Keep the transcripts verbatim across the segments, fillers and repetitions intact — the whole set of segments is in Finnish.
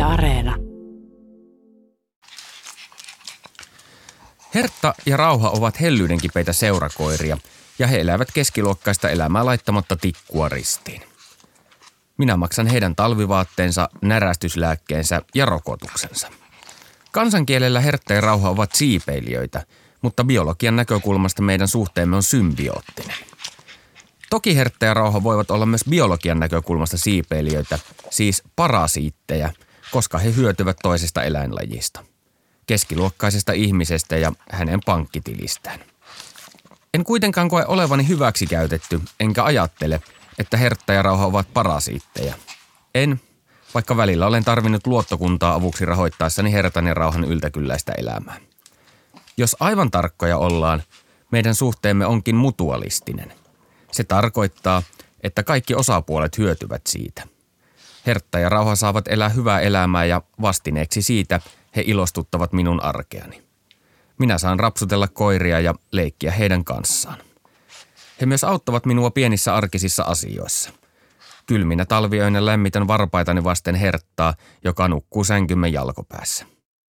Areena. Hertta ja Rauha ovat hellyydenkipeitä seurakoiria ja he elävät keskiluokkaista elämää laittamatta tikkua ristiin. Minä maksan heidän talvivaatteensa, närästyslääkkeensä ja rokotuksensa. Kansankielellä Hertta ja Rauha ovat siipeilijöitä, mutta biologian näkökulmasta meidän suhteemme on symbioottinen. Toki Hertta ja Rauha voivat olla myös biologian näkökulmasta siipeilijöitä, siis parasiitteja, koska he hyötyvät toisesta eläinlajista. Keskiluokkaisesta ihmisestä ja hänen pankkitilistään. En kuitenkaan koe olevani hyväksikäytetty, enkä ajattele, että Hertta ja Rauha ovat parasiitteja. En, vaikka välillä olen tarvinnut luottokuntaa avuksi rahoittaessani Hertan ja Rauhan yltäkylläistä elämää. Jos aivan tarkkoja ollaan, meidän suhteemme onkin mutualistinen. Se tarkoittaa, että kaikki osapuolet hyötyvät siitä. Hertta ja Rauha saavat elää hyvää elämää ja vastineeksi siitä he ilostuttavat minun arkeani. Minä saan rapsutella koiria ja leikkiä heidän kanssaan. He myös auttavat minua pienissä arkisissa asioissa. Kylminä talviöinä lämmitän varpaitani vasten Herttaa, joka nukkuu sänkymme jalkopäässä.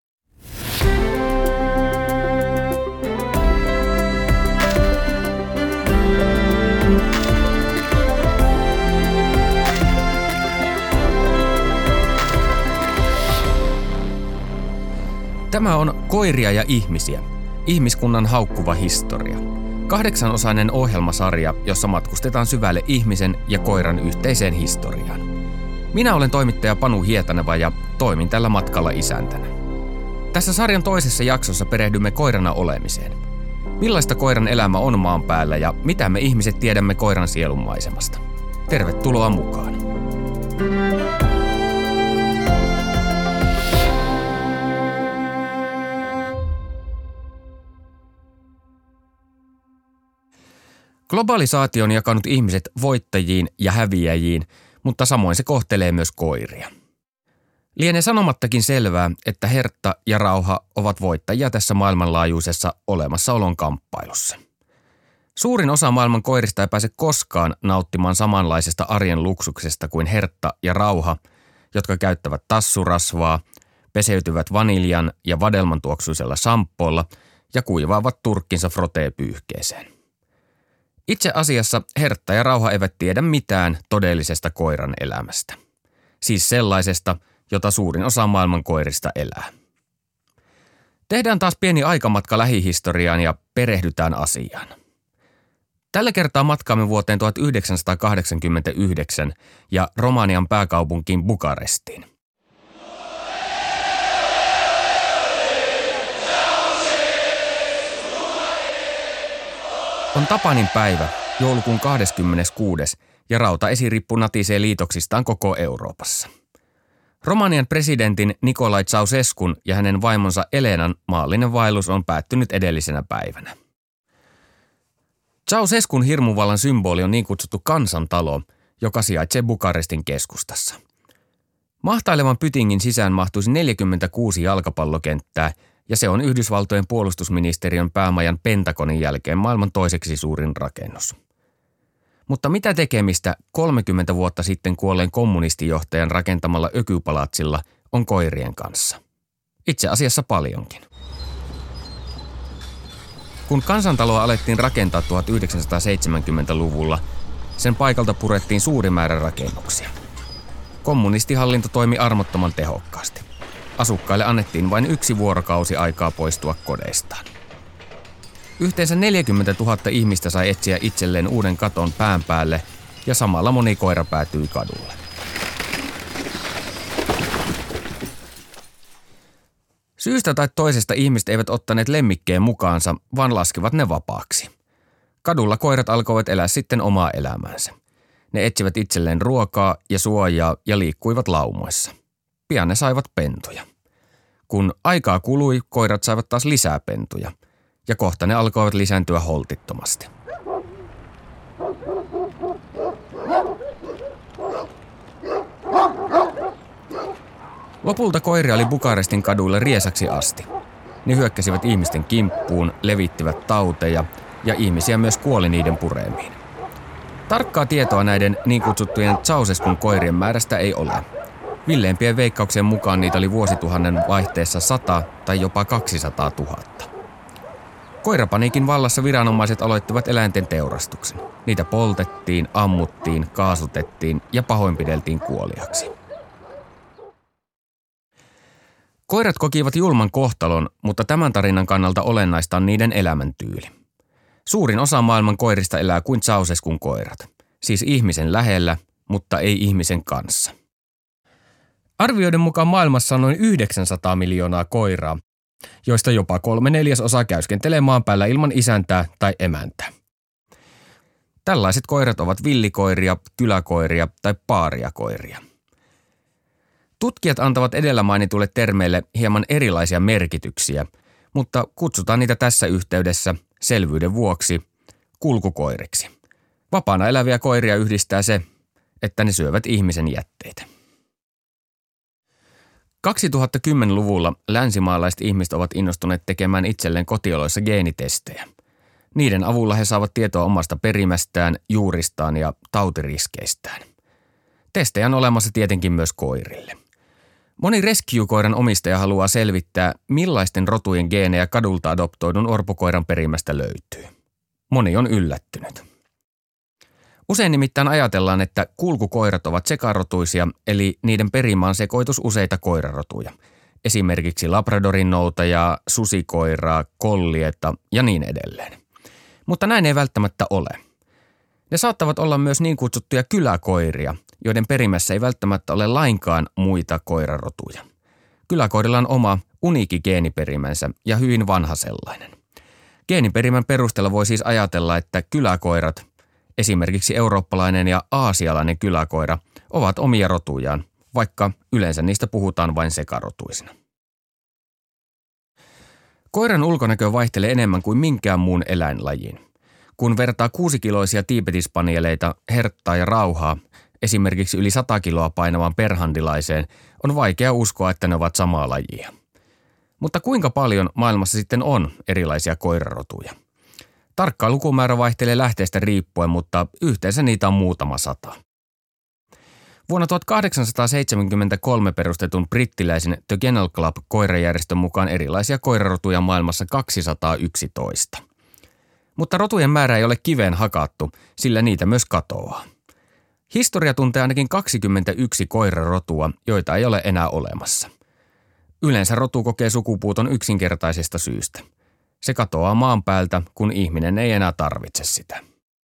Tämä on Koiria ja ihmisiä, ihmiskunnan haukkuva historia. Kahdeksanosainen ohjelmasarja, jossa matkustetaan syvälle ihmisen ja koiran yhteiseen historiaan. Minä olen toimittaja Panu Hietaneva ja toimin tällä matkalla isäntänä. Tässä sarjan toisessa jaksossa perehdymme koirana olemiseen. Millaista koiran elämä on maan päällä ja mitä me ihmiset tiedämme koiran sielunmaisemasta. Tervetuloa mukaan. Globalisaatio on jakanut ihmiset voittajiin ja häviäjiin, mutta samoin se kohtelee myös koiria. Lienee sanomattakin selvää, että Hertta ja Rauha ovat voittajia tässä maailmanlaajuisessa olemassaolon kamppailussa. Suurin osa maailman koirista ei pääse koskaan nauttimaan samanlaisesta arjen luksuksesta kuin Hertta ja Rauha, jotka käyttävät tassurasvaa, peseytyvät vaniljan ja vadelman tuoksuisella shampoolla ja kuivaavat turkkinsa frotee-pyyhkeeseen. Itse asiassa Hertta ja Rauha eivät tiedä mitään todellisesta koiran elämästä. Siis sellaisesta, jota suurin osa maailman koirista elää. Tehdään taas pieni aikamatka lähihistoriaan ja perehdytään asiaan. Tällä kertaa matkaamme vuoteen tuhatyhdeksänsataakahdeksankymmentäyhdeksän ja Romanian pääkaupunkiin Bukarestiin. On Tapanin päivä, joulukuun kahdeskymmeneskuudes ja rautaesirippu natisee liitoksistaan koko Euroopassa. Romanian presidentin Nicolae Ceausescun ja hänen vaimonsa Elenan maallinen vaellus on päättynyt edellisenä päivänä. Ceausescun hirmuvallan symboli on niin kutsuttu kansantalo, joka sijaitsee Bukarestin keskustassa. Mahtailevan pytingin sisään mahtuisi neljäkymmentäkuusi jalkapallokenttää ja se on Yhdysvaltojen puolustusministeriön päämajan Pentagonin jälkeen maailman toiseksi suurin rakennus. Mutta mitä tekemistä kolmekymmentä vuotta sitten kuolleen kommunistijohtajan rakentamalla ökypalatsilla on koirien kanssa? Itse asiassa paljonkin. Kun kansantaloa alettiin rakentaa tuhatyhdeksänsataaseitsemänkymmentäluvulla, sen paikalta purettiin suuri määrä rakennuksia. Kommunistihallinto toimi armottoman tehokkaasti. Asukkaille annettiin vain yksi vuorokausi aikaa poistua kodeistaan. Yhteensä neljäkymmentätuhatta ihmistä sai etsiä itselleen uuden katon pään päälle ja samalla moni koira päätyi kadulle. Syystä tai toisesta ihmiset eivät ottaneet lemmikkeen mukaansa, vaan laskivat ne vapaaksi. Kadulla koirat alkoivat elää sitten omaa elämäänsä. Ne etsivät itselleen ruokaa ja suojaa ja liikkuivat laumoissa. Pian ne saivat pentuja. Kun aikaa kului, koirat saivat taas lisää pentuja. Ja kohta ne alkoivat lisääntyä holtittomasti. Lopulta koiria oli Bukarestin kaduille riesaksi asti. Ne hyökkäsivät ihmisten kimppuun, levittivät tauteja ja ihmisiä myös kuoli niiden pureemiin. Tarkkaa tietoa näiden niin kutsuttujen Ceausescun koirien määrästä ei ole. Villeimpien veikkauksien mukaan niitä oli vuosituhannen vaihteessa sata tai jopa kaksisataatuhatta. Koirapaniikin vallassa viranomaiset aloittivat eläinten teurastuksen. Niitä poltettiin, ammuttiin, kaasutettiin ja pahoinpideltiin kuoliaksi. Koirat kokivat julman kohtalon, mutta tämän tarinan kannalta olennaista on niiden elämäntyyli. Suurin osa maailman koirista elää kuin Ceausescun koirat, siis ihmisen lähellä, mutta ei ihmisen kanssa. Arvioiden mukaan maailmassa on noin yhdeksänsataa miljoonaa koiraa, joista jopa kolme neljäsosaa käyskentelee maan päällä ilman isäntää tai emäntää. Tällaiset koirat ovat villikoiria, kyläkoiria tai paariakoiria. Tutkijat antavat edellä mainituille termeille hieman erilaisia merkityksiä, mutta kutsutaan niitä tässä yhteydessä selvyyden vuoksi kulkukoiriksi. Vapaana eläviä koiria yhdistää se, että ne syövät ihmisen jätteitä. kaksituhattakymmenluvulla länsimaalaiset ihmiset ovat innostuneet tekemään itselleen kotioloissa geenitestejä. Niiden avulla he saavat tietoa omasta perimästään, juuristaan ja tautiriskeistään. Testejä on olemassa tietenkin myös koirille. Moni rescue-koiran omistaja haluaa selvittää, millaisten rotujen geenejä kadulta adoptoidun orpokoiran perimästä löytyy. Moni on yllättynyt. Usein nimittäin ajatellaan, että kulkukoirat ovat sekarotuisia, eli niiden perimä on sekoitus useita koirarotuja. Esimerkiksi labradorin noutajaa, susikoiraa, kollieta ja niin edelleen. Mutta näin ei välttämättä ole. Ne saattavat olla myös niin kutsuttuja kyläkoiria, joiden perimässä ei välttämättä ole lainkaan muita koirarotuja. Kyläkoirilla on oma uniikki geeniperimänsä ja hyvin vanha sellainen. Geeniperimän perusteella voi siis ajatella, että kyläkoirat, esimerkiksi eurooppalainen ja aasialainen kyläkoira, ovat omia rotujaan, vaikka yleensä niistä puhutaan vain sekarotuisina. Koiran ulkonäkö vaihtelee enemmän kuin minkään muun eläinlajin. Kun vertaa kuusikiloisia tiibetispanieleita, herttaa ja rauhaa, esimerkiksi yli sata kiloa painavan perhandilaiseen, on vaikea uskoa, että ne ovat samaa lajia. Mutta kuinka paljon maailmassa sitten on erilaisia koirarotuja? Tarkka lukumäärä vaihtelee lähteestä riippuen, mutta yhteensä niitä on muutama sata. Vuonna tuhatkahdeksansataaseitsemänkymmentäkolme perustetun brittiläisen The Kennel Club koirajärjestön mukaan erilaisia koirarotuja maailmassa kaksisataayksitoista. Mutta rotujen määrä ei ole kiveen hakattu, sillä niitä myös katoaa. Historia tuntee ainakin kaksikymmentäyksi koirarotua, joita ei ole enää olemassa. Yleensä rotu kokee sukupuuton yksinkertaisesta syystä. Se katoaa maan päältä, kun ihminen ei enää tarvitse sitä.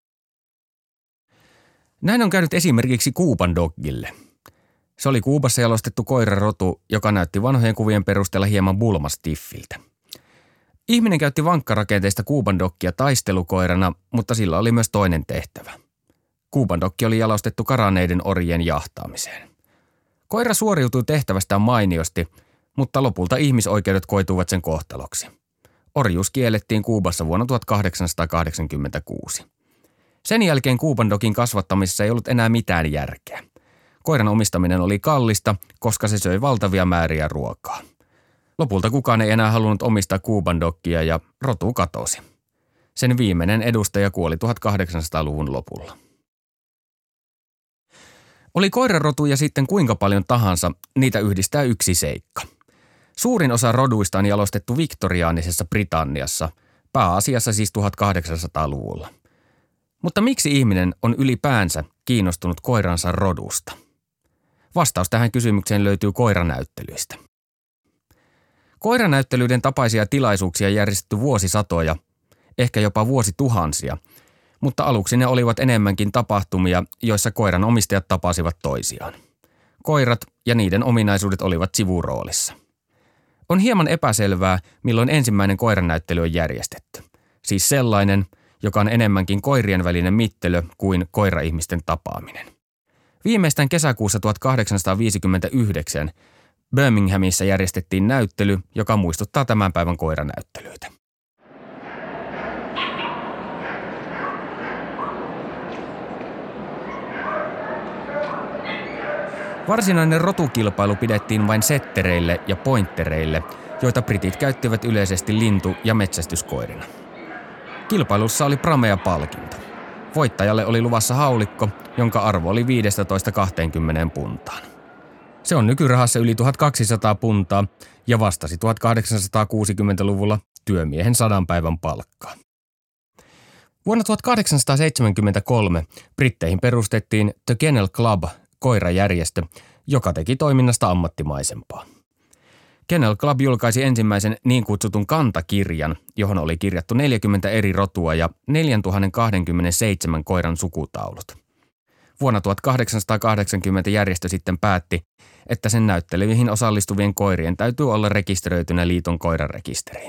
Näin on käynyt esimerkiksi Cuban Doggille. Se oli Kuubassa jalostettu koirarotu, joka näytti vanhojen kuvien perusteella hieman bulmastiffiltä. Ihminen käytti vankkarakenteista Cuban Doggia taistelukoirana, mutta sillä oli myös toinen tehtävä. Cuban Doggi oli jalostettu karanneiden orjien jahtaamiseen. Koira suoriutui tehtävästään mainiosti, mutta lopulta ihmisoikeudet koituivat sen kohtaloksi. Orjuus kiellettiin Kuubassa vuonna tuhatkahdeksansataakahdeksankymmentäkuusi. Sen jälkeen Cuban Doggin kasvattamisessa ei ollut enää mitään järkeä. Koiran omistaminen oli kallista, koska se söi valtavia määriä ruokaa. Lopulta kukaan ei enää halunnut omistaa Cuban Doggia ja rotu katosi. Sen viimeinen edustaja kuoli tuhatkahdeksansataaluvun lopulla. Oli koirarotuja sitten kuinka paljon tahansa, niitä yhdistää yksi seikka. Suurin osa roduista on jalostettu viktoriaanisessa Britanniassa, pääasiassa siis tuhatkahdeksansataaluvulla. Mutta miksi ihminen on ylipäänsä kiinnostunut koiransa rodusta? Vastaus tähän kysymykseen löytyy koiranäyttelyistä. Koiranäyttelyiden tapaisia tilaisuuksia järjestetty vuosisatoja, ehkä jopa vuosituhansia, mutta aluksi ne olivat enemmänkin tapahtumia, joissa koiran omistajat tapasivat toisiaan. Koirat ja niiden ominaisuudet olivat sivuroolissa. On hieman epäselvää, milloin ensimmäinen koirannäyttely on järjestetty. Siis sellainen, joka on enemmänkin koirien välinen mittelö kuin koira-ihmisten tapaaminen. Viimeistään kesäkuussa tuhatkahdeksansataaviisikymmentäyhdeksän Birminghamissa järjestettiin näyttely, joka muistuttaa tämän päivän koiranäyttelyitä. Varsinainen rotukilpailu pidettiin vain settereille ja pointtereille, joita britit käyttivät yleisesti lintu- ja metsästyskoirina. Kilpailussa oli pramea palkinto. Voittajalle oli luvassa haulikko, jonka arvo oli viisitoista kaksikymmentä puntaan. Se on nykyrahassa yli tuhatkaksisataa puntaa ja vastasi tuhatkahdeksansataakuusikymmentäluvulla työmiehen sadan päivän palkkaa. Vuonna tuhatkahdeksansataaseitsemänkymmentäkolme Britteihin perustettiin The Kennel Club, koirajärjestö, joka teki toiminnasta ammattimaisempaa. Kennel Club julkaisi ensimmäisen niin kutsutun kantakirjan, johon oli kirjattu neljäkymmentä eri rotua ja neljätuhattakaksikymmentäseitsemän koiran sukutaulut. Vuonna tuhatkahdeksansataakahdeksankymmentä järjestö sitten päätti, että sen näyttelyihin osallistuvien koirien täytyy olla rekisteröitynä liiton koirarekisteriin.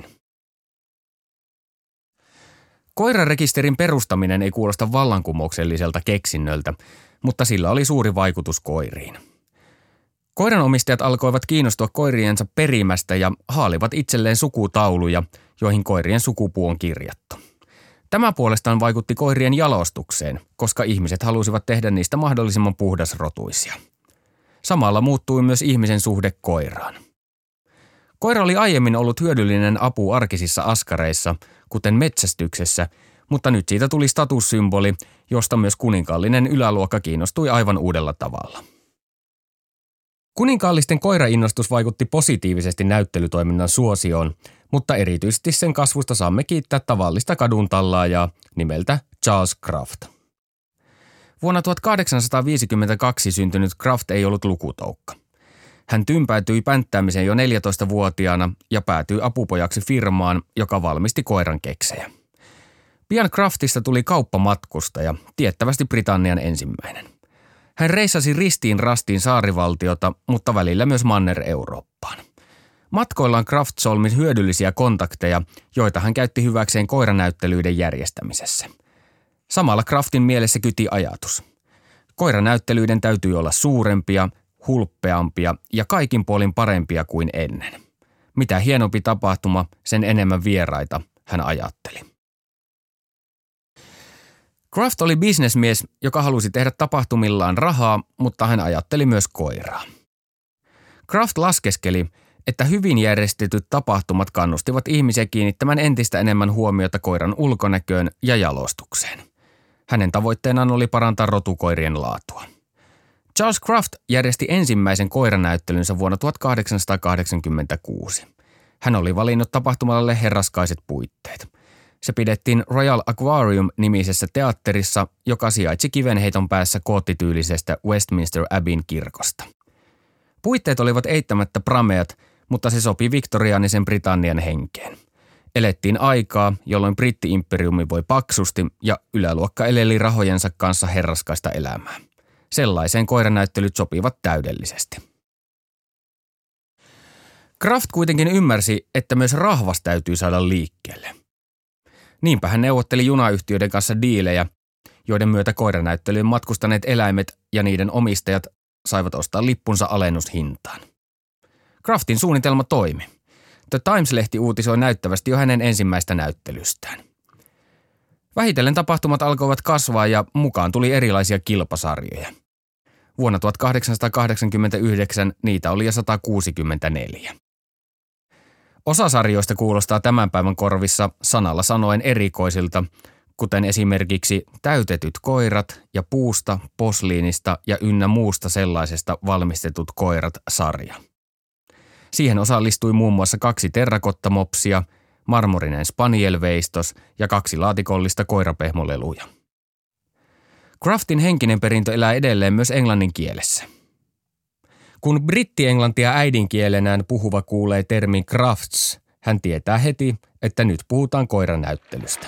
Koirarekisterin perustaminen ei kuulosta vallankumoukselliselta keksinnöltä, mutta sillä oli suuri vaikutus koiriin. Koiranomistajat alkoivat kiinnostua koiriensa perimästä ja haalivat itselleen sukutauluja, joihin koirien sukupuu on kirjattu. Tämä puolestaan vaikutti koirien jalostukseen, koska ihmiset halusivat tehdä niistä mahdollisimman puhdasrotuisia. Samalla muuttui myös ihmisen suhde koiraan. Koira oli aiemmin ollut hyödyllinen apu arkisissa askareissa, kuten metsästyksessä, mutta nyt siitä tuli statussymboli, josta myös kuninkaallinen yläluokka kiinnostui aivan uudella tavalla. Kuninkaallisten koirainnostus vaikutti positiivisesti näyttelytoiminnan suosioon, mutta erityisesti sen kasvusta saamme kiittää tavallista kaduntallaajaa nimeltä Charles Craft. Vuonna tuhatkahdeksansataaviisikymmentäkaksi syntynyt Craft ei ollut lukutoukka. Hän tympäytyi pänttäämiseen jo neljätoistavuotiaana ja päätyi apupojaksi firmaan, joka valmisti koiran keksejä. Pian Craftista tuli kauppamatkustaja, tiettävästi Britannian ensimmäinen. Hän reissasi ristiin rastiin saarivaltiota, mutta välillä myös Manner-Eurooppaan. Matkoillaan Craft solmi hyödyllisiä kontakteja, joita hän käytti hyväkseen koiranäyttelyiden järjestämisessä. Samalla Craftin mielessä kyti ajatus. Koiranäyttelyiden täytyy olla suurempia, hulppeampia ja kaikin puolin parempia kuin ennen. Mitä hienompi tapahtuma, sen enemmän vieraita, hän ajatteli. Craft oli bisnesmies, joka halusi tehdä tapahtumillaan rahaa, mutta hän ajatteli myös koiraa. Craft laskeskeli, että hyvin järjestetyt tapahtumat kannustivat ihmisiä kiinnittämään entistä enemmän huomiota koiran ulkonäköön ja jalostukseen. Hänen tavoitteenaan oli parantaa rotukoirien laatua. Charles Craft järjesti ensimmäisen koiranäyttelynsä vuonna tuhatkahdeksansataakahdeksankymmentäkuusi. Hän oli valinnut tapahtumalle herraskaiset puitteet. Se pidettiin Royal Aquarium-nimisessä teatterissa, joka sijaitsi kivenheiton päässä koottityylisestä Westminster Abbeyn kirkosta. Puitteet olivat eittämättä prameat, mutta se sopi viktoriaanisen Britannian henkeen. Elettiin aikaa, jolloin britti-imperiumi voi paksusti ja yläluokka eleli rahojensa kanssa herraskaista elämää. Sellaiseen koiranäyttelyt sopivat täydellisesti. Craft kuitenkin ymmärsi, että myös rahvas täytyy saada liikkeelle. Niinpä hän neuvotteli junayhtiöiden kanssa diilejä, joiden myötä koiranäyttelyyn matkustaneet eläimet ja niiden omistajat saivat ostaa lippunsa alennushintaan. Craftin suunnitelma toimi. The Times-lehti uutisoi näyttävästi jo hänen ensimmäistä näyttelystään. Vähitellen tapahtumat alkoivat kasvaa ja mukaan tuli erilaisia kilpasarjoja. Vuonna tuhatkahdeksansataakahdeksankymmentäyhdeksän niitä oli jo sata kuusikymmentäneljä. Osa sarjoista kuulostaa tämän päivän korvissa sanalla sanoen erikoisilta, kuten esimerkiksi täytetyt koirat ja puusta, posliinista ja ynnä muusta sellaisesta valmistetut koirat-sarja. Siihen osallistui muun muassa kaksi terrakottamopsia, marmorinen spanielveistos ja kaksi laatikollista koirapehmoleluja. Craftin henkinen perintö elää edelleen myös englannin kielessä. Kun brittienglantia äidinkielenään puhuva kuulee termin crafts, hän tietää heti, että nyt puhutaan koiranäyttelystä.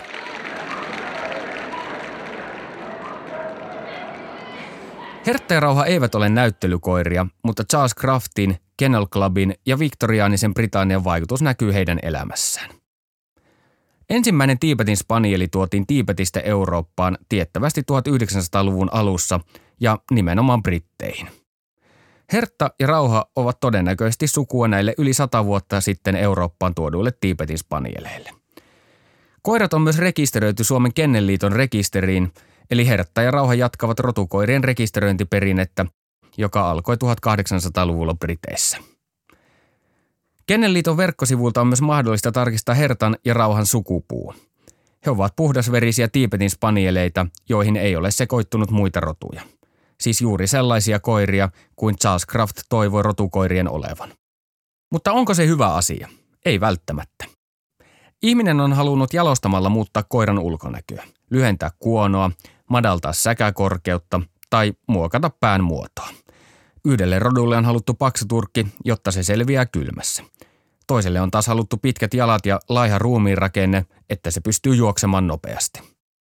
Hertta ja Rauha eivät ole näyttelykoiria, mutta Charles Craftin, Kennel Clubin ja viktoriaanisen Britannian vaikutus näkyy heidän elämässään. Ensimmäinen Tiibetin spanieli tuotiin Tiibetistä Eurooppaan tiettävästi tuhatyhdeksänsataaluvun alussa ja nimenomaan Britteihin. Hertta ja Rauha ovat todennäköisesti sukua näille yli sata vuotta sitten Eurooppaan tuoduille Tiibetin spanieleille. Koirat on myös rekisteröity Suomen Kennelliiton rekisteriin, eli Hertta ja Rauha jatkavat rotukoirien rekisteröintiperinnettä, joka alkoi tuhatkahdeksansataaluvulla Briteissä. Kennelliiton verkkosivuilta on myös mahdollista tarkistaa Hertan ja Rauhan sukupuu. He ovat puhdasverisiä Tiibetin spanieleita, joihin ei ole sekoittunut muita rotuja. siis juuri sellaisia koiria kuin Charles Kraft toivoi rotukoirien olevan. Mutta onko se hyvä asia? Ei välttämättä. Ihminen on halunnut jalostamalla muuttaa koiran ulkonäköä, lyhentää kuonoa, madaltaa säkäkorkeutta tai muokata pään muotoa. Yhdelle rodulle on haluttu paksu turkki, jotta se selviää kylmässä. Toiselle on taas haluttu pitkät jalat ja laiha ruumiinrakenne, että se pystyy juoksemaan nopeasti.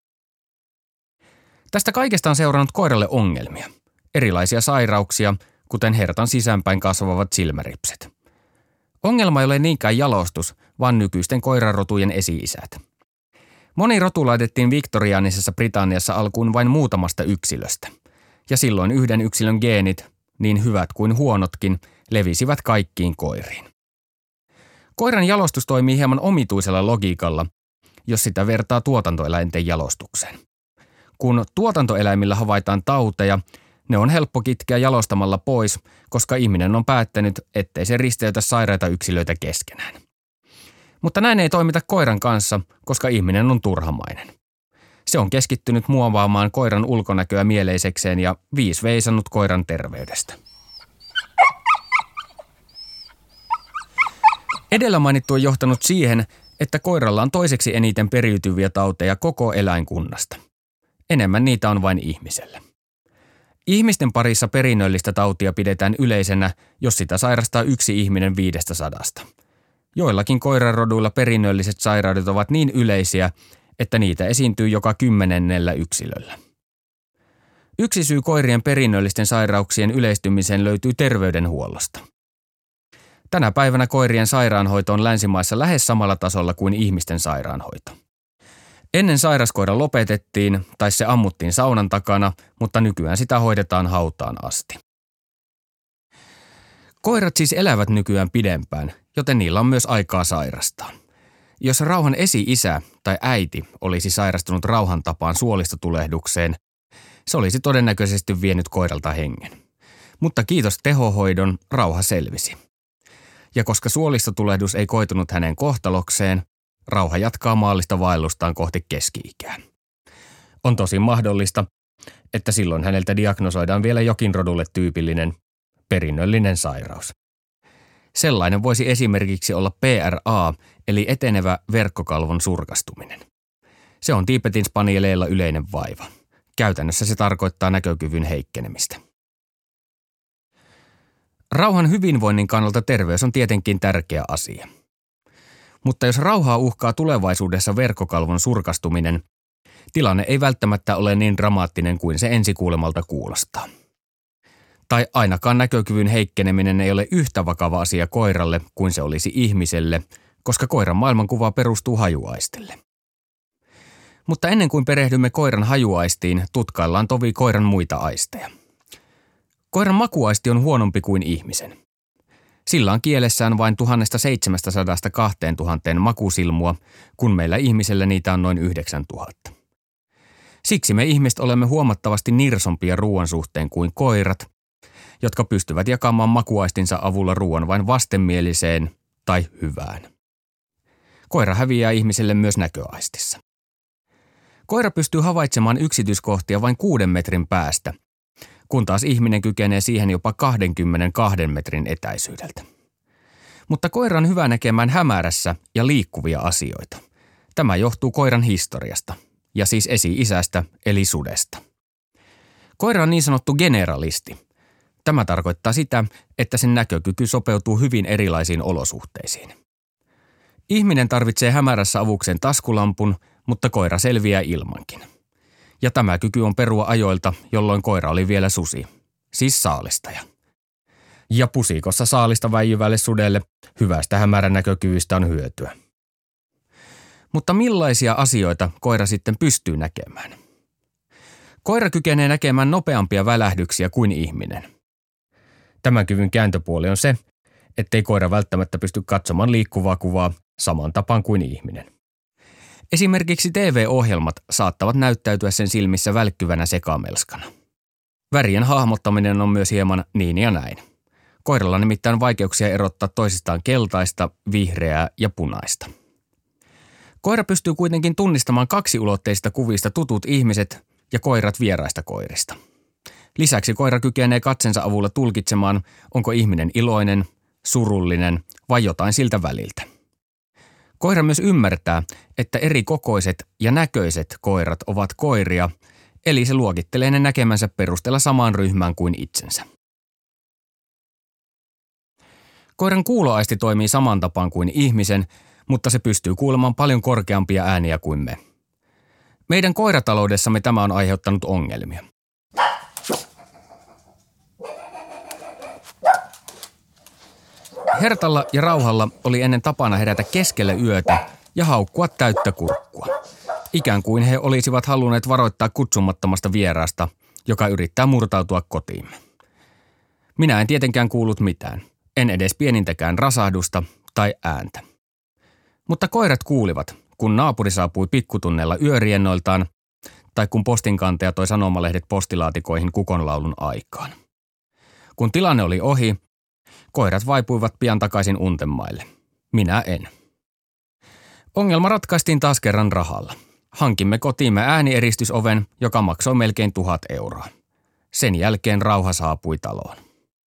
Tästä kaikesta on seurannut koiralle ongelmia. Erilaisia sairauksia, kuten hertan sisäänpäin kasvavat silmäripset. Ongelma ei ole niinkään jalostus, vaan nykyisten koirarotujen esi-isät. Moni rotu laitettiin viktoriaanisessa Britanniassa alkuun vain muutamasta yksilöstä. Ja silloin yhden yksilön geenit, niin hyvät kuin huonotkin, levisivät kaikkiin koiriin. Koiran jalostus toimii hieman omituisella logiikalla, jos sitä vertaa tuotantoeläinten jalostukseen. Kun tuotantoeläimillä havaitaan tauteja, ne on helppo kitkeä jalostamalla pois, koska ihminen on päättänyt, ettei se risteytä sairaita yksilöitä keskenään. Mutta näin ei toimita koiran kanssa, koska ihminen on turhamainen. Se on keskittynyt muovaamaan koiran ulkonäköä mieleisekseen ja viis veisannut koiran terveydestä. Edellä mainittu on johtanut siihen, että koiralla on toiseksi eniten periytyviä tauteja koko eläinkunnasta. Enemmän niitä on vain ihmisellä. Ihmisten parissa perinnöllistä tautia pidetään yleisenä, jos sitä sairastaa yksi ihminen viidestä sadasta. Joillakin koiraroduilla perinnölliset sairaudet ovat niin yleisiä, että niitä esiintyy joka kymmenennellä yksilöllä. Yksi syy koirien perinnöllisten sairauksien yleistymiseen löytyy terveydenhuollosta. Tänä päivänä koirien sairaanhoito on länsimaissa lähes samalla tasolla kuin ihmisten sairaanhoito. Ennen sairaskoira lopetettiin tai se ammuttiin saunan takana, mutta nykyään sitä hoidetaan hautaan asti. Koirat siis elävät nykyään pidempään, joten niillä on myös aikaa sairastaa. Jos rauhan esi-isä tai äiti olisi sairastunut rauhan tapaan suolistotulehdukseen, se olisi todennäköisesti vienyt koiralta hengen. Mutta kiitos tehohoidon, rauha selvisi. Ja koska suolistotulehdus ei koitunut hänen kohtalokseen, rauha jatkaa maallista vaellustaan kohti keski-ikää. On tosi mahdollista, että silloin häneltä diagnosoidaan vielä jokin rodulle tyypillinen perinnöllinen sairaus. Sellainen voisi esimerkiksi olla P R A, eli etenevä verkkokalvon surkastuminen. Se on Tiibetin spanieleilla yleinen vaiva. Käytännössä se tarkoittaa näkökyvyn heikkenemistä. Rauhan hyvinvoinnin kannalta terveys on tietenkin tärkeä asia. Mutta jos rauhaa uhkaa tulevaisuudessa verkkokalvon surkastuminen, tilanne ei välttämättä ole niin dramaattinen kuin se ensikuulemalta kuulostaa. Tai ainakaan näkökyvyn heikkeneminen ei ole yhtä vakava asia koiralle kuin se olisi ihmiselle, koska koiran maailmankuva perustuu hajuaistille. Mutta ennen kuin perehdymme koiran hajuaistiin, tutkaillaan tovi koiran muita aisteja. Koiran makuaisti on huonompi kuin ihmisen. Sillä on kielessään vain tuhatseitsemänsataa kaksituhatta makusilmua, kun meillä ihmisellä niitä on noin yhdeksäntuhatta. Siksi me ihmiset olemme huomattavasti nirsompia ruoan suhteen kuin koirat, jotka pystyvät jakamaan makuaistinsa avulla ruoan vain vastenmieliseen tai hyvään. Koira häviää ihmiselle myös näköaistissa. Koira pystyy havaitsemaan yksityiskohtia vain kuuden metrin päästä, kun taas ihminen kykenee siihen jopa kaksikymmentäkaksi metrin etäisyydeltä. Mutta koira on hyvä näkemään hämärässä ja liikkuvia asioita. Tämä johtuu koiran historiasta, ja siis esi-isästä eli sudesta. Koira on niin sanottu generalisti. Tämä tarkoittaa sitä, että sen näkökyky sopeutuu hyvin erilaisiin olosuhteisiin. Ihminen tarvitsee hämärässä avukseen taskulampun, mutta koira selviää ilmankin. Ja tämä kyky on perua ajoilta, jolloin koira oli vielä susi, siis saalistaja. Ja pusikossa saalista väijyvälle sudelle hyvästä hämärän näkökyvystä on hyötyä. Mutta millaisia asioita koira sitten pystyy näkemään? Koira kykenee näkemään nopeampia välähdyksiä kuin ihminen. Tämän kyvyn kääntöpuoli on se, ettei koira välttämättä pysty katsomaan liikkuvaa kuvaa saman tapaan kuin ihminen. Esimerkiksi T V-ohjelmat saattavat näyttäytyä sen silmissä välkkyvänä sekamelskana. Värien hahmottaminen on myös hieman niin ja näin. Koiralla on nimittäin vaikeuksia erottaa toisistaan keltaista, vihreää ja punaista. Koira pystyy kuitenkin tunnistamaan kaksiulotteisista kuvista tutut ihmiset ja koirat vieraista koirista. Lisäksi koira kykenee katsensa avulla tulkitsemaan, onko ihminen iloinen, surullinen vai jotain siltä väliltä. Koira myös ymmärtää, että eri kokoiset ja näköiset koirat ovat koiria, eli se luokittelee ne näkemänsä perusteella samaan ryhmään kuin itsensä. Koiran kuuloaisti toimii saman tapaan kuin ihmisen, mutta se pystyy kuulemaan paljon korkeampia ääniä kuin me. Meidän koirataloudessamme tämä on aiheuttanut ongelmia. Hertalla ja Rauhalla oli ennen tapana herätä keskellä yötä ja haukkua täyttä kurkkua. Ikään kuin he olisivat halunneet varoittaa kutsumattomasta vieraasta, joka yrittää murtautua kotiimme. Minä en tietenkään kuullut mitään, en edes pienintäkään rasahdusta tai ääntä. Mutta koirat kuulivat, kun naapuri saapui pikkutunneilla yöriennoiltaan tai kun postinkantaja toi sanomalehdet postilaatikoihin kukonlaulun aikaan. Kun tilanne oli ohi, koirat vaipuivat pian takaisin untemaille. Minä en. Ongelma ratkaistiin taas kerran rahalla. Hankimme kotiimme äänieristysoven, joka maksoi melkein tuhat euroa. Sen jälkeen Rauha saapui taloon.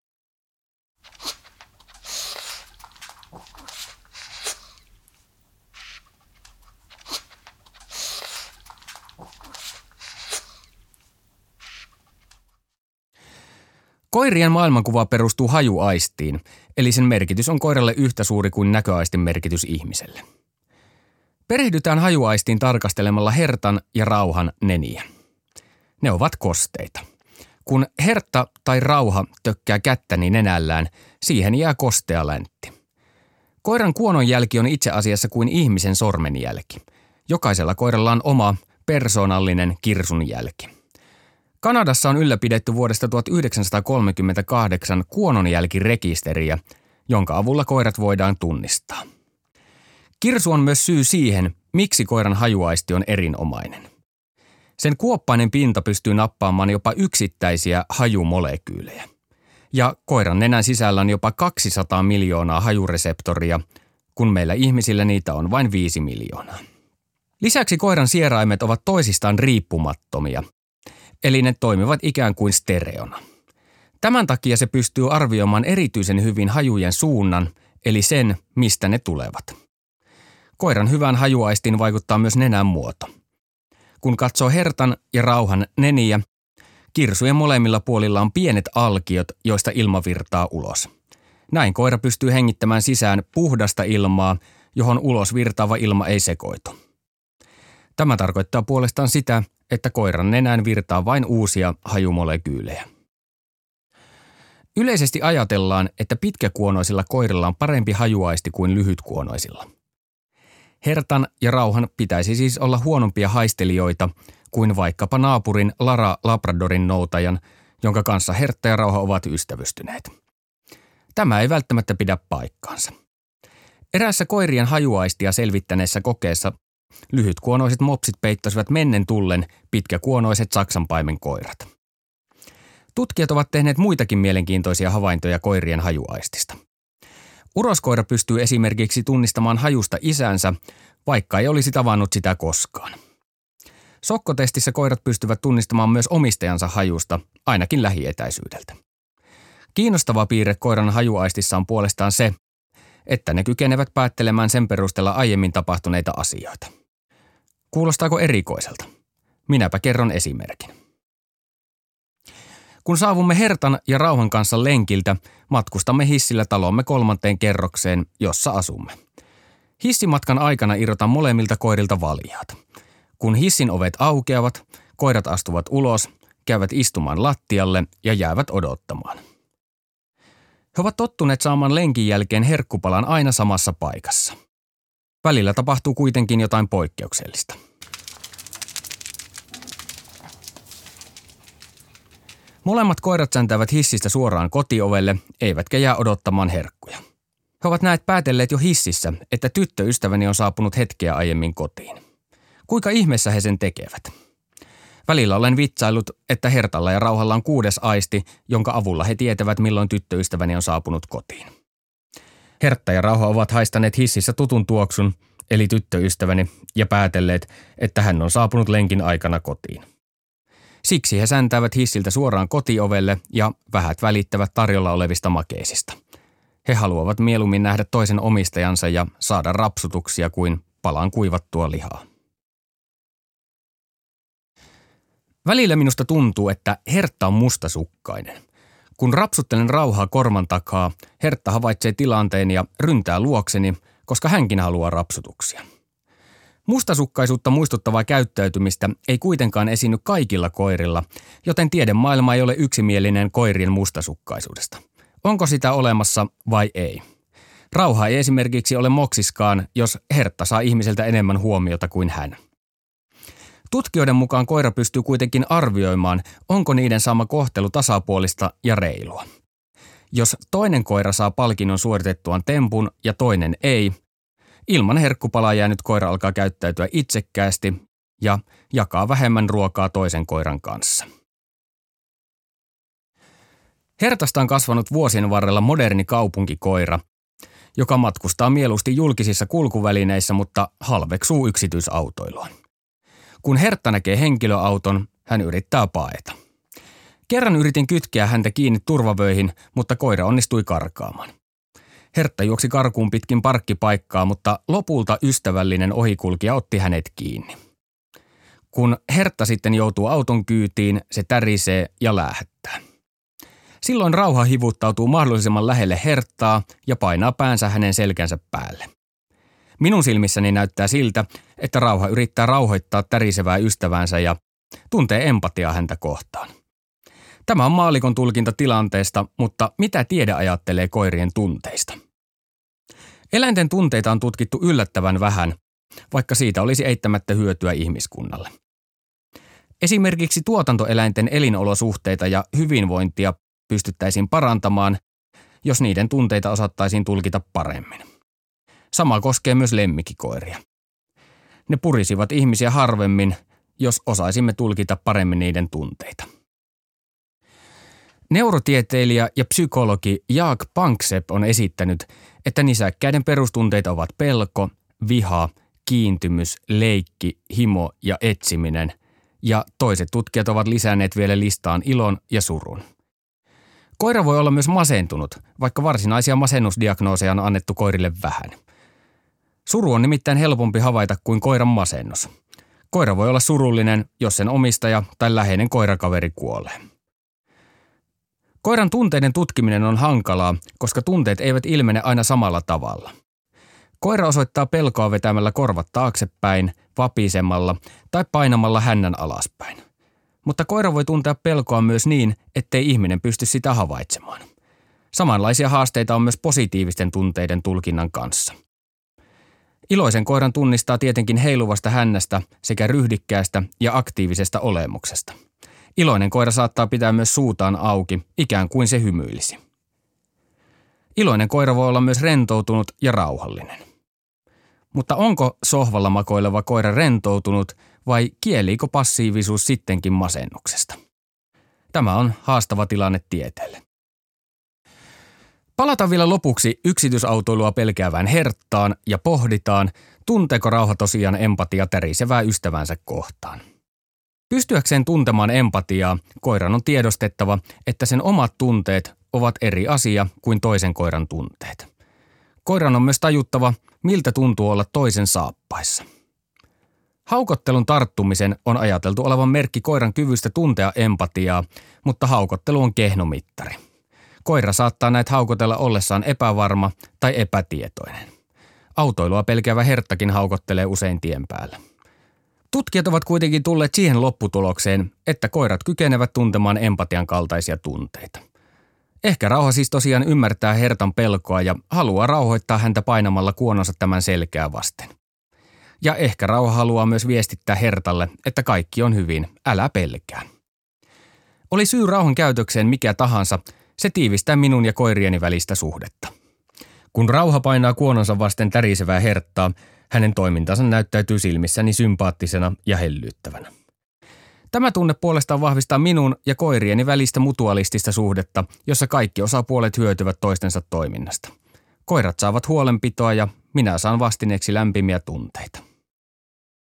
Koirien maailmankuva perustuu hajuaistiin, eli sen merkitys on koiralle yhtä suuri kuin näköaistin merkitys ihmiselle. Perehdytään hajuaistiin tarkastelemalla hertan ja rauhan neniä. Ne ovat kosteita. Kun hertta tai rauha tökkää kättäni nenällään, siihen jää kostea läntti. Koiran kuononjälki on itse asiassa kuin ihmisen sormenjälki. Jokaisella koiralla on oma persoonallinen kirsunjälki. Kanadassa on ylläpidetty vuodesta tuhatyhdeksänsataakolmekymmentäkahdeksan kuononjälkirekisteriä, jonka avulla koirat voidaan tunnistaa. Kirsu on myös syy siihen, miksi koiran hajuaisti on erinomainen. Sen kuoppainen pinta pystyy nappaamaan jopa yksittäisiä hajumolekyylejä. Ja koiran nenän sisällä on jopa kaksisataa miljoonaa hajureseptoria, kun meillä ihmisillä niitä on vain viisi miljoonaa. Lisäksi koiran sieraimet ovat toisistaan riippumattomia, eli ne toimivat ikään kuin stereona. Tämän takia se pystyy arvioimaan erityisen hyvin hajujen suunnan, eli sen, mistä ne tulevat. Koiran hyvän hajuaistiin vaikuttaa myös nenän muoto. Kun katsoo hertan ja rauhan neniä, kirsujen molemmilla puolilla on pienet alkiot, joista ilma virtaa ulos. Näin koira pystyy hengittämään sisään puhdasta ilmaa, johon ulos virtaava ilma ei sekoitu. Tämä tarkoittaa puolestaan sitä, että koiran nenään virtaa vain uusia hajumolekyylejä. Yleisesti ajatellaan, että pitkäkuonoisilla koirilla on parempi hajuaisti kuin lyhytkuonoisilla. Hertan ja rauhan pitäisi siis olla huonompia haistelijoita kuin vaikkapa naapurin Lara Labradorin noutajan, jonka kanssa hertta ja rauha ovat ystävystyneet. Tämä ei välttämättä pidä paikkaansa. Eräässä koirien hajuaistia selvittäneessä kokeessa lyhytkuonoiset mopsit peittasivat mennen tullen pitkäkuonoiset saksanpaimen koirat. Tutkijat ovat tehneet muitakin mielenkiintoisia havaintoja koirien hajuaistista. Uroskoira pystyy esimerkiksi tunnistamaan hajusta isänsä, vaikka ei olisi tavannut sitä koskaan. Sokkotestissä koirat pystyvät tunnistamaan myös omistajansa hajusta, ainakin lähietäisyydeltä. Kiinnostava piirre koiran hajuaistissa on puolestaan se, että ne kykenevät päättelemään sen perusteella aiemmin tapahtuneita asioita. Kuulostaako erikoiselta? Minäpä kerron esimerkin. Kun saavumme hertan ja rauhan kanssa lenkiltä, matkustamme hissillä talomme kolmanteen kerrokseen, jossa asumme. Hissimatkan aikana irrotan molemmilta koirilta valjaat. Kun hissin ovet aukeavat, koirat astuvat ulos, käyvät istumaan lattialle ja jäävät odottamaan. He ovat tottuneet saamaan lenkin jälkeen herkkupalan aina samassa paikassa. Välillä tapahtuu kuitenkin jotain poikkeuksellista. Molemmat koirat säntävät hissistä suoraan kotiovelle, eivätkä jää odottamaan herkkuja. He ovat näet päätelleet jo hississä, että tyttöystäväni on saapunut hetkeä aiemmin kotiin. Kuinka ihmeessä he sen tekevät? Välillä olen vitsaillut, että hertalla ja rauhalla on kuudes aisti, jonka avulla he tietävät, milloin tyttöystäväni on saapunut kotiin. Hertta ja rauha ovat haistaneet hississä tutun tuoksun, eli tyttöystäväni, ja päätelleet, että hän on saapunut lenkin aikana kotiin. Siksi he säntäävät hissiltä suoraan kotiovelle ja vähät välittävät tarjolla olevista makeisista. He haluavat mieluummin nähdä toisen omistajansa ja saada rapsutuksia kuin palan kuivattua lihaa. Välillä minusta tuntuu, että Hertta on mustasukkainen. Kun rapsuttelen Rauhaa korman takaa, Hertta havaitsee tilanteen ja ryntää luokseni, koska hänkin haluaa rapsutuksia. Mustasukkaisuutta muistuttavaa käyttäytymistä ei kuitenkaan esiinny kaikilla koirilla, joten tiedemaailma ei ole yksimielinen koirien mustasukkaisuudesta. Onko sitä olemassa vai ei? Rauha ei esimerkiksi ole moksiskaan, jos Hertta saa ihmiseltä enemmän huomiota kuin hän. Tutkijoiden mukaan koira pystyy kuitenkin arvioimaan, onko niiden saama kohtelu tasapuolista ja reilua. Jos toinen koira saa palkinnon suoritettuaan tempun ja toinen ei, ilman herkkupalaa jäänyt koira alkaa käyttäytyä itsekkäästi ja jakaa vähemmän ruokaa toisen koiran kanssa. Hertasta on kasvanut vuosien varrella moderni kaupunkikoira, joka matkustaa mieluusti julkisissa kulkuvälineissä, mutta halveksuu yksityisautoilua. Kun Hertta näkee henkilöauton, hän yrittää paeta. Kerran yritin kytkeä häntä kiinni turvavöihin, mutta koira onnistui karkaamaan. Hertta juoksi karkuun pitkin parkkipaikkaa, mutta lopulta ystävällinen ohikulkija otti hänet kiinni. Kun Hertta sitten joutuu auton kyytiin, se tärisee ja läähättää. Silloin Rauha hivuttautuu mahdollisimman lähelle Herttaa ja painaa päänsä hänen selkänsä päälle. Minun silmissäni näyttää siltä, että Rauha yrittää rauhoittaa tärisevää ystävänsä ja tuntee empatiaa häntä kohtaan. Tämä on maallikon tulkinta tilanteesta, mutta mitä tiede ajattelee koirien tunteista? Eläinten tunteita on tutkittu yllättävän vähän, vaikka siitä olisi eittämättä hyötyä ihmiskunnalle. Esimerkiksi tuotantoeläinten elinolosuhteita ja hyvinvointia pystyttäisiin parantamaan, jos niiden tunteita osattaisiin tulkita paremmin. Sama koskee myös lemmikkikoiria. Ne purisivat ihmisiä harvemmin, jos osaisimme tulkita paremmin niiden tunteita. Neurotieteilijä ja psykologi Jaak Panksepp on esittänyt, että nisäkkäiden perustunteita ovat pelko, viha, kiintymys, leikki, himo ja etsiminen, ja toiset tutkijat ovat lisänneet vielä listaan ilon ja surun. Koira voi olla myös masentunut, vaikka varsinaisia masennusdiagnooseja on annettu koirille vähän. Suru on nimittäin helpompi havaita kuin koiran masennus. Koira voi olla surullinen, jos sen omistaja tai läheinen koirakaveri kuolee. Koiran tunteiden tutkiminen on hankalaa, koska tunteet eivät ilmene aina samalla tavalla. Koira osoittaa pelkoa vetämällä korvat taaksepäin, vapisemalla tai painamalla hännän alaspäin. Mutta koira voi tuntea pelkoa myös niin, ettei ihminen pysty sitä havaitsemaan. Samanlaisia haasteita on myös positiivisten tunteiden tulkinnan kanssa. Iloisen koiran tunnistaa tietenkin heiluvasta hännästä sekä ryhdikkäästä ja aktiivisesta olemuksesta. Iloinen koira saattaa pitää myös suutaan auki, ikään kuin se hymyilisi. Iloinen koira voi olla myös rentoutunut ja rauhallinen. Mutta onko sohvalla makoileva koira rentoutunut vai kieliikö passiivisuus sittenkin masennuksesta? Tämä on haastava tilanne tieteelle. Palataan vielä lopuksi yksityisautoilua pelkäävään Herttaan ja pohditaan, tunteeko Rauha tosiaan empatia tärisevää ystävänsä kohtaan. Pystyäkseen tuntemaan empatiaa, koiran on tiedostettava, että sen omat tunteet ovat eri asia kuin toisen koiran tunteet. Koiran on myös tajuttava, miltä tuntuu olla toisen saappaissa. Haukottelun tarttumisen on ajateltu olevan merkki koiran kyvystä tuntea empatiaa, mutta haukottelu on kehnomittari. Koira saattaa näitä haukotella ollessaan epävarma tai epätietoinen. Autoilua pelkäävä Herttakin haukottelee usein tien päällä. Tutkijat ovat kuitenkin tulleet siihen lopputulokseen, että koirat kykenevät tuntemaan empatian kaltaisia tunteita. Ehkä Rauha siis tosiaan ymmärtää Hertan pelkoa ja haluaa rauhoittaa häntä painamalla kuononsa tämän selkää vasten. Ja ehkä Rauha haluaa myös viestittää Hertalle, että kaikki on hyvin, älä pelkää. Oli syy Rauhan käytökseen mikä tahansa, se tiivistää minun ja koirieni välistä suhdetta. Kun Rauha painaa kuononsa vasten tärisevää Herttaa, hänen toimintansa näyttäytyy silmissäni sympaattisena ja hellyyttävänä. Tämä tunne puolestaan vahvistaa minun ja koirieni välistä mutualistista suhdetta, jossa kaikki osapuolet hyötyvät toistensa toiminnasta. Koirat saavat huolenpitoa ja minä saan vastineeksi lämpimiä tunteita.